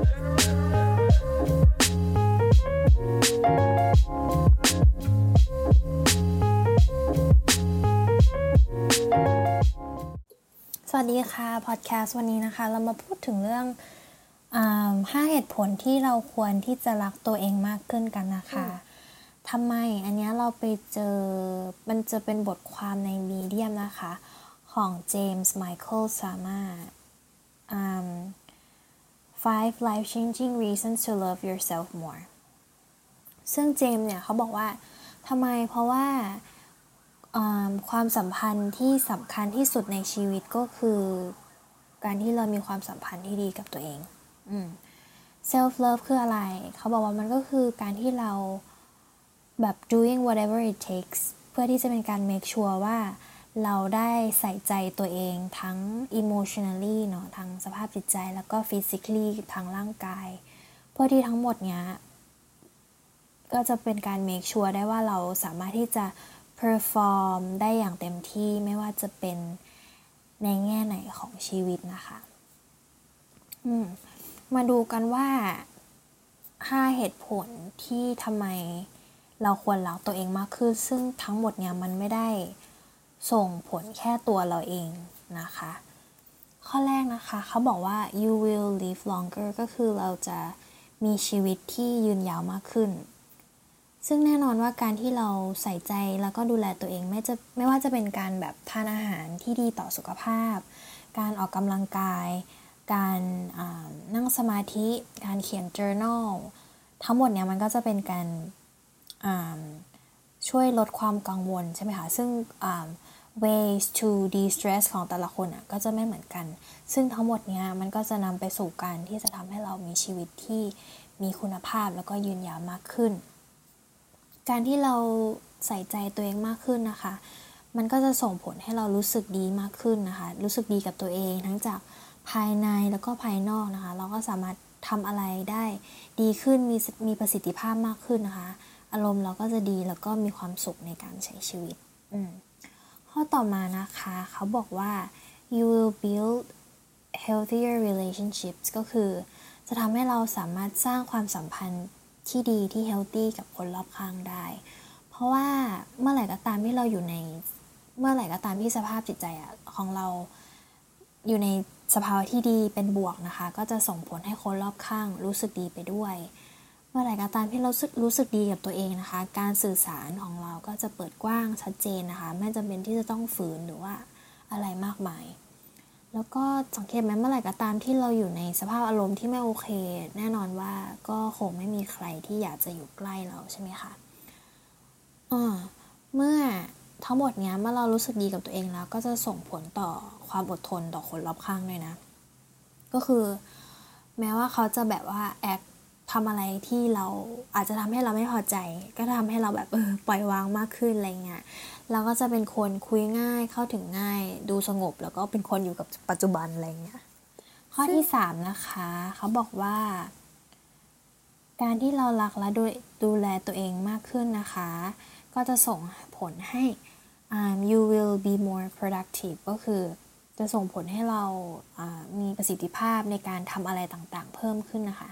สวัสดีค่ะพอดแคสต์วันนี้นะคะเรามาพูดถึงเรื่อง5เหตุผลที่เราควรที่จะรักตัวเองมากขึ้นกันนะคะทำไมอันนี้เราไปเจอมันจะเป็นบทความใน Medium นะคะของเจมส์ไมเคิลซาม่า5 life-changing reasons to love yourself more ซึ่งเจมส์เนี่ยเขาบอกว่าทำไมเพราะว่าความสัมพันธ์ที่สำคัญที่สุดในชีวิตก็คือการที่เรามีความสัมพันธ์ที่ดีกับตัวเองself love คืออะไรเขาบอกว่ามันก็คือการที่เราแบบ doing whatever it takes เพื่อที่จะเป็นการ make sure ว่าเราได้ใส่ใจตัวเองทั้ง emotionally เนาะทั้งสภาพจิตใจแล้วก็ physically ทางร่างกายเพื่อที่ทั้งหมดเนี้ยก็จะเป็นการ make sure ได้ว่าเราสามารถที่จะperform ได้อย่างเต็มที่ไม่ว่าจะเป็นในแง่ไหนของชีวิตนะคะมาดูกันว่า5เหตุผลที่ทำไมเราควรรักตัวเองมากขึ้นซึ่งทั้งหมดเนี่ยมันไม่ได้ส่งผลแค่ตัวเราเองนะคะข้อแรกนะคะเขาบอกว่า you will live longer ก็คือเราจะมีชีวิตที่ยืนยาวมากขึ้นซึ่งแน่นอนว่าการที่เราใส่ใจแล้วก็ดูแลตัวเองไม่ว่าจะเป็นการแบบทานอาหารที่ดีต่อสุขภาพการออกกำลังกายการนั่งสมาธิการเขียน journal ทั้งหมดเนี่ยมันก็จะเป็นการช่วยลดความกังวลใช่ไหมคะซึ่งways to de-stress ของแต่ละคนก็จะไม่เหมือนกันซึ่งทั้งหมดเนี้ยมันก็จะนำไปสู่การที่จะทำให้เรามีชีวิตที่มีคุณภาพแล้วก็ยืนยาวมากขึ้นการที่เราใส่ใจตัวเองมากขึ้นนะคะมันก็จะส่งผลให้เรารู้สึกดีมากขึ้นนะคะรู้สึกดีกับตัวเองทั้งจากภายในแล้วก็ภายนอกนะคะเราก็สามารถทำอะไรได้ดีขึ้นมีประสิทธิภาพมากขึ้นนะคะอารมณ์เราก็จะดีแล้วก็มีความสุขในการใช้ชีวิตข้อต่อมานะคะเขาบอกว่า you will build healthier relationships ก็คือจะทำให้เราสามารถสร้างความสัมพันธ์ที่ดีที่ healthy กับคนรอบข้างได้เพราะว่าเมื่อไหร่ก็ตามที่สภาพจิตใจของเราอยู่ในสภาวะที่ดีเป็นบวกนะคะก็จะส่งผลให้คนรอบข้างรู้สึกดีไปด้วยเมื่อไหร่ก็ตามที่เรารู้สึกดีกับตัวเองนะคะการสื่อสารของเราก็จะเปิดกว้างชัดเจนนะคะไม่จำเป็นที่จะต้องฝืนหรือว่าอะไรมากมายแล้วก็สังเกตไหมเมื่อไหร่ก็ตามที่เราอยู่ในสภาพอารมณ์ที่ไม่โอเคแน่นอนว่าก็คงไม่มีใครที่อยากจะอยู่ใกล้เราใช่ไหมคะเมื่อทั้งหมดเนี้ยเมื่อเรารู้สึกดีกับตัวเองแล้วก็จะส่งผลต่อความอดทนต่อคนรอบข้างด้วยนะก็คือแม้ว่าเขาจะแบบว่าทำอะไรที่เราอาจจะทำให้เราไม่พอใจก็ทำให้เราแบบปล่อยวางมากขึ้นอะไรเงี้ยเราก็จะเป็นคนคุยง่ายเข้าถึงง่ายดูสงบแล้วก็เป็นคนอยู่กับปัจจุบันอะไรเงี้ยข้อที่3นะคะเขาบอกว่าการที่เรารักและดูแลตัวเองมากขึ้นนะคะก็จะส่งผลให้you will be more productive ก็คือจะส่งผลให้เรามีประสิทธิภาพในการทำอะไรต่างๆเพิ่มขึ้นนะคะ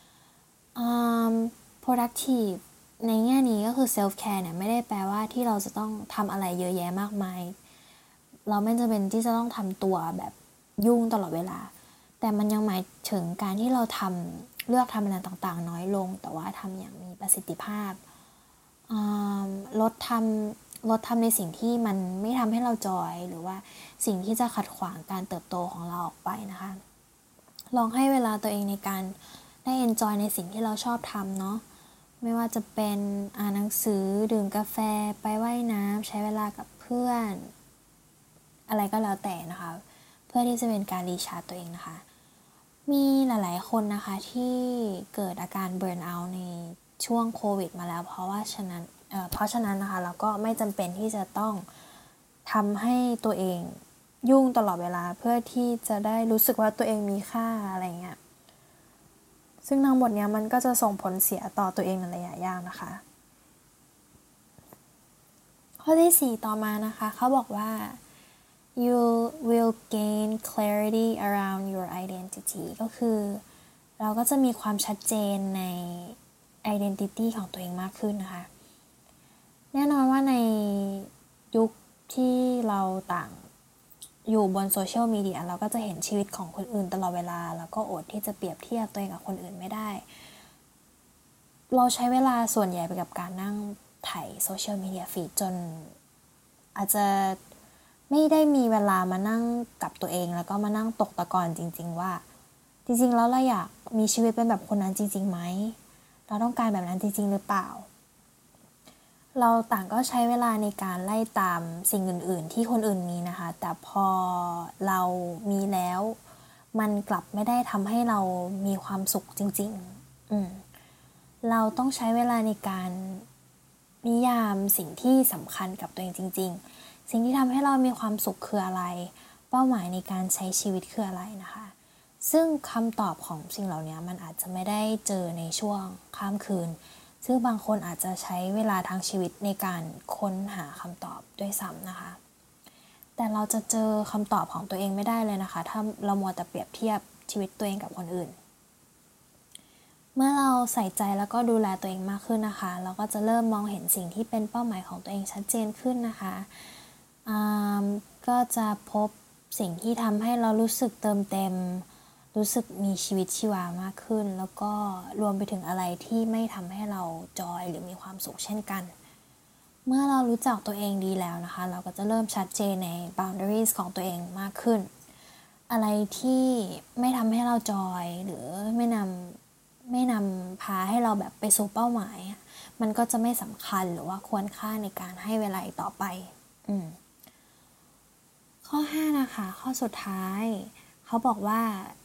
productive ในแง่นี้ก็คือ self care เนี่ยไม่ได้แปลว่าที่เราจะต้องทำอะไรเยอะแยะมากมายเราไม่จำเป็นที่จะต้องทำตัวแบบยุ่งตลอดเวลาแต่มันยังหมายถึงการที่เราเลือกทำอะไรต่างๆน้อยลงแต่ว่าทำอย่างมีประสิทธิภาพลดทำในสิ่งที่มันไม่ทำให้เราจอยหรือว่าสิ่งที่จะขัดขวางการเติบโตของเราออกไปนะคะลองให้เวลาตัวเองในการได้ enjoy ในสิ่งที่เราชอบทำเนาะไม่ว่าจะเป็นอ่านหนังสือดื่มกาแฟไปว่ายน้ำใช้เวลากับเพื่อนอะไรก็แล้วแต่นะคะเพื่อที่จะเป็นการรีชาร์จตัวเองนะคะมีหลายๆคนนะคะที่เกิดอาการเบิร์นเอาท์ในช่วงโควิดมาแล้วเพราะฉะนั้นนะคะเราก็ไม่จำเป็นที่จะต้องทำให้ตัวเองยุ่งตลอดเวลาเพื่อที่จะได้รู้สึกว่าตัวเองมีค่าอะไรเงี้ยซึ่งทั้งหมดเนี้ยมันก็จะส่งผลเสียต่อตัวเองในระยะยาวนะคะข้อที่4ต่อมานะคะเขาบอกว่า you will gain clarity around your identity ก็คือเราก็จะมีความชัดเจนใน identity ของตัวเองมากขึ้นนะคะแน่นอนว่าในยุคที่เราต่างอยู่บนโซเชียลมีเดียเราก็จะเห็นชีวิตของคนอื่นตลอดเวลาแล้วก็อดที่จะเปรียบเทียบตัวเองกับคนอื่นไม่ได้เราใช้เวลาส่วนใหญ่ไปกับการนั่งไถโซเชียลมีเดียฟีดจนอาจจะไม่ได้มีเวลามานั่งกับตัวเองแล้วก็มานั่งตกตะกอนจริงๆว่าจริงๆแล้วเราอยากมีชีวิตเป็นแบบคนนั้นจริงๆไหมเราต้องการแบบนั้นจริงๆหรือเปล่าเราต่างก็ใช้เวลาในการไล่ตามสิ่งอื่นๆที่คนอื่นมีนะคะแต่พอเรามีแล้วมันกลับไม่ได้ทำให้เรามีความสุขจริงๆเราต้องใช้เวลาในการนิยามสิ่งที่สำคัญกับตัวเองจริงๆสิ่งที่ทำให้เรามีความสุขคืออะไรเป้าหมายในการใช้ชีวิตคืออะไรนะคะซึ่งคำตอบของสิ่งเหล่านี้มันอาจจะไม่ได้เจอในช่วงข้ามคืนซึ่งบางคนอาจจะใช้เวลาทั้งชีวิตในการค้นหาคำตอบด้วยซ้ำนะคะแต่เราจะเจอคำตอบของตัวเองไม่ได้เลยนะคะถ้าเรามัวแต่เปรียบเทียบชีวิตตัวเองกับคนอื่นเมื่อเราใส่ใจแล้วก็ดูแลตัวเองมากขึ้นนะคะเราก็จะเริ่มมองเห็นสิ่งที่เป็นเป้าหมายของตัวเองชัดเจนขึ้นนะคะก็จะพบสิ่งที่ทำให้เรารู้สึกเติมเต็มรู้สึกมีชีวิตชีวามากขึ้นแล้วก็รวมไปถึงอะไรที่ไม่ทำให้เราจอยหรือมีความสุขเช่นกันเมื่อเรารู้จักตัวเองดีแล้วนะคะเราก็จะเริ่มชัดเจนใน boundaries ของตัวเองมากขึ้นอะไรที่ไม่ทำให้เราจอยหรือไม่นำพาให้เราแบบไปสู่เป้าหมายมันก็จะไม่สำคัญหรือว่าควรค่าในการให้เวลาต่อไปข้อ5นะคะข้อสุดท้ายเขาบอกว่า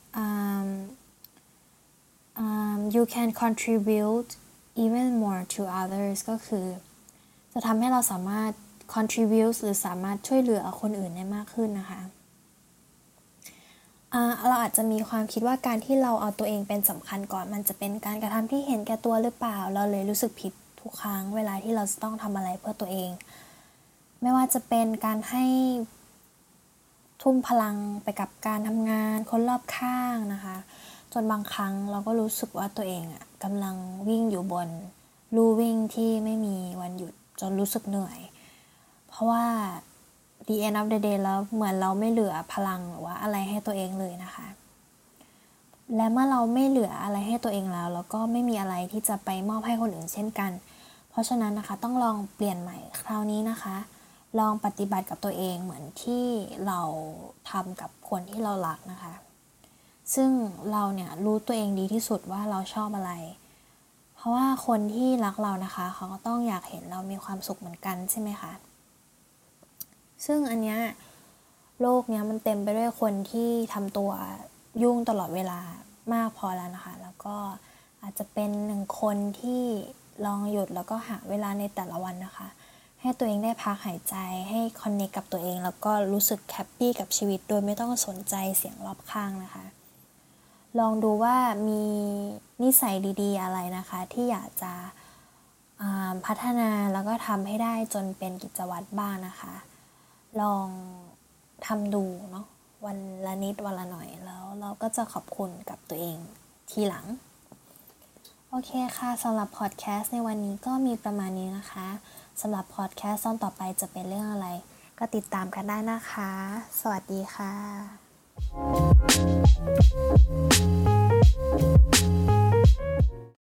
you can contribute even more to others ก็คือจะทำให้เราสามารถ contribute หรือสามารถช่วยเหลือคนอื่นได้มากขึ้นนะคะเราอาจจะมีความคิดว่าการที่เราเอาตัวเองเป็นสำคัญก่อนมันจะเป็นการกระทำที่เห็นแก่ตัวหรือเปล่าเราเลยรู้สึกผิดทุกครั้งเวลาที่เราจะต้องทำอะไรเพื่อตัวเองไม่ว่าจะเป็นการให้ทุ่มพลังไปกับการทำงานคนรอบข้างนะคะจนบางครั้งเราก็รู้สึกว่าตัวเองกำลังวิ่งอยู่บนลู่วิ่งที่ไม่มีวันหยุดจนรู้สึกเหนื่อยเพราะว่า the end of the day แล้วเหมือนเราไม่เหลือพลังหรือว่าอะไรให้ตัวเองเลยนะคะและเมื่อเราไม่เหลืออะไรให้ตัวเองแล้วก็ไม่มีอะไรที่จะไปมอบให้คนอื่นเช่นกันเพราะฉะนั้นนะคะต้องลองเปลี่ยนใหม่คราวนี้นะคะลองปฏิบัติกับตัวเองเหมือนที่เราทำกับคนที่เรารักนะคะซึ่งเราเนี่ยรู้ตัวเองดีที่สุดว่าเราชอบอะไรเพราะว่าคนที่รักเรานะคะเขาก็ต้องอยากเห็นเรามีความสุขเหมือนกันใช่ไหมคะซึ่งอันเนี้ยโลกเนี้ยมันเต็มไปด้วยคนที่ทำตัวยุ่งตลอดเวลามากพอแล้วนะคะแล้วก็อาจจะเป็นหนึ่งคนที่ลองหยุดแล้วก็หาเวลาในแต่ละวันนะคะให้ตัวเองได้พักหายใจให้คอนเนคกับตัวเองแล้วก็รู้สึกแฮปปี้กับชีวิตโดยไม่ต้องสนใจเสียงรอบข้างนะคะลองดูว่ามีนิสัยดีๆอะไรนะคะที่อยากจะพัฒนาแล้วก็ทำให้ได้จนเป็นกิจวัตรบ้างนะคะลองทำดูเนาะวันละนิดวันละหน่อยแล้วเราก็จะขอบคุณกับตัวเองทีหลังโอเคค่ะสำหรับพอดแคสต์ในวันนี้ก็มีประมาณนี้นะคะสำหรับพอดแคสต์ตอนต่อไปจะเป็นเรื่องอะไรก็ติดตามกันได้นะคะสวัสดีค่ะ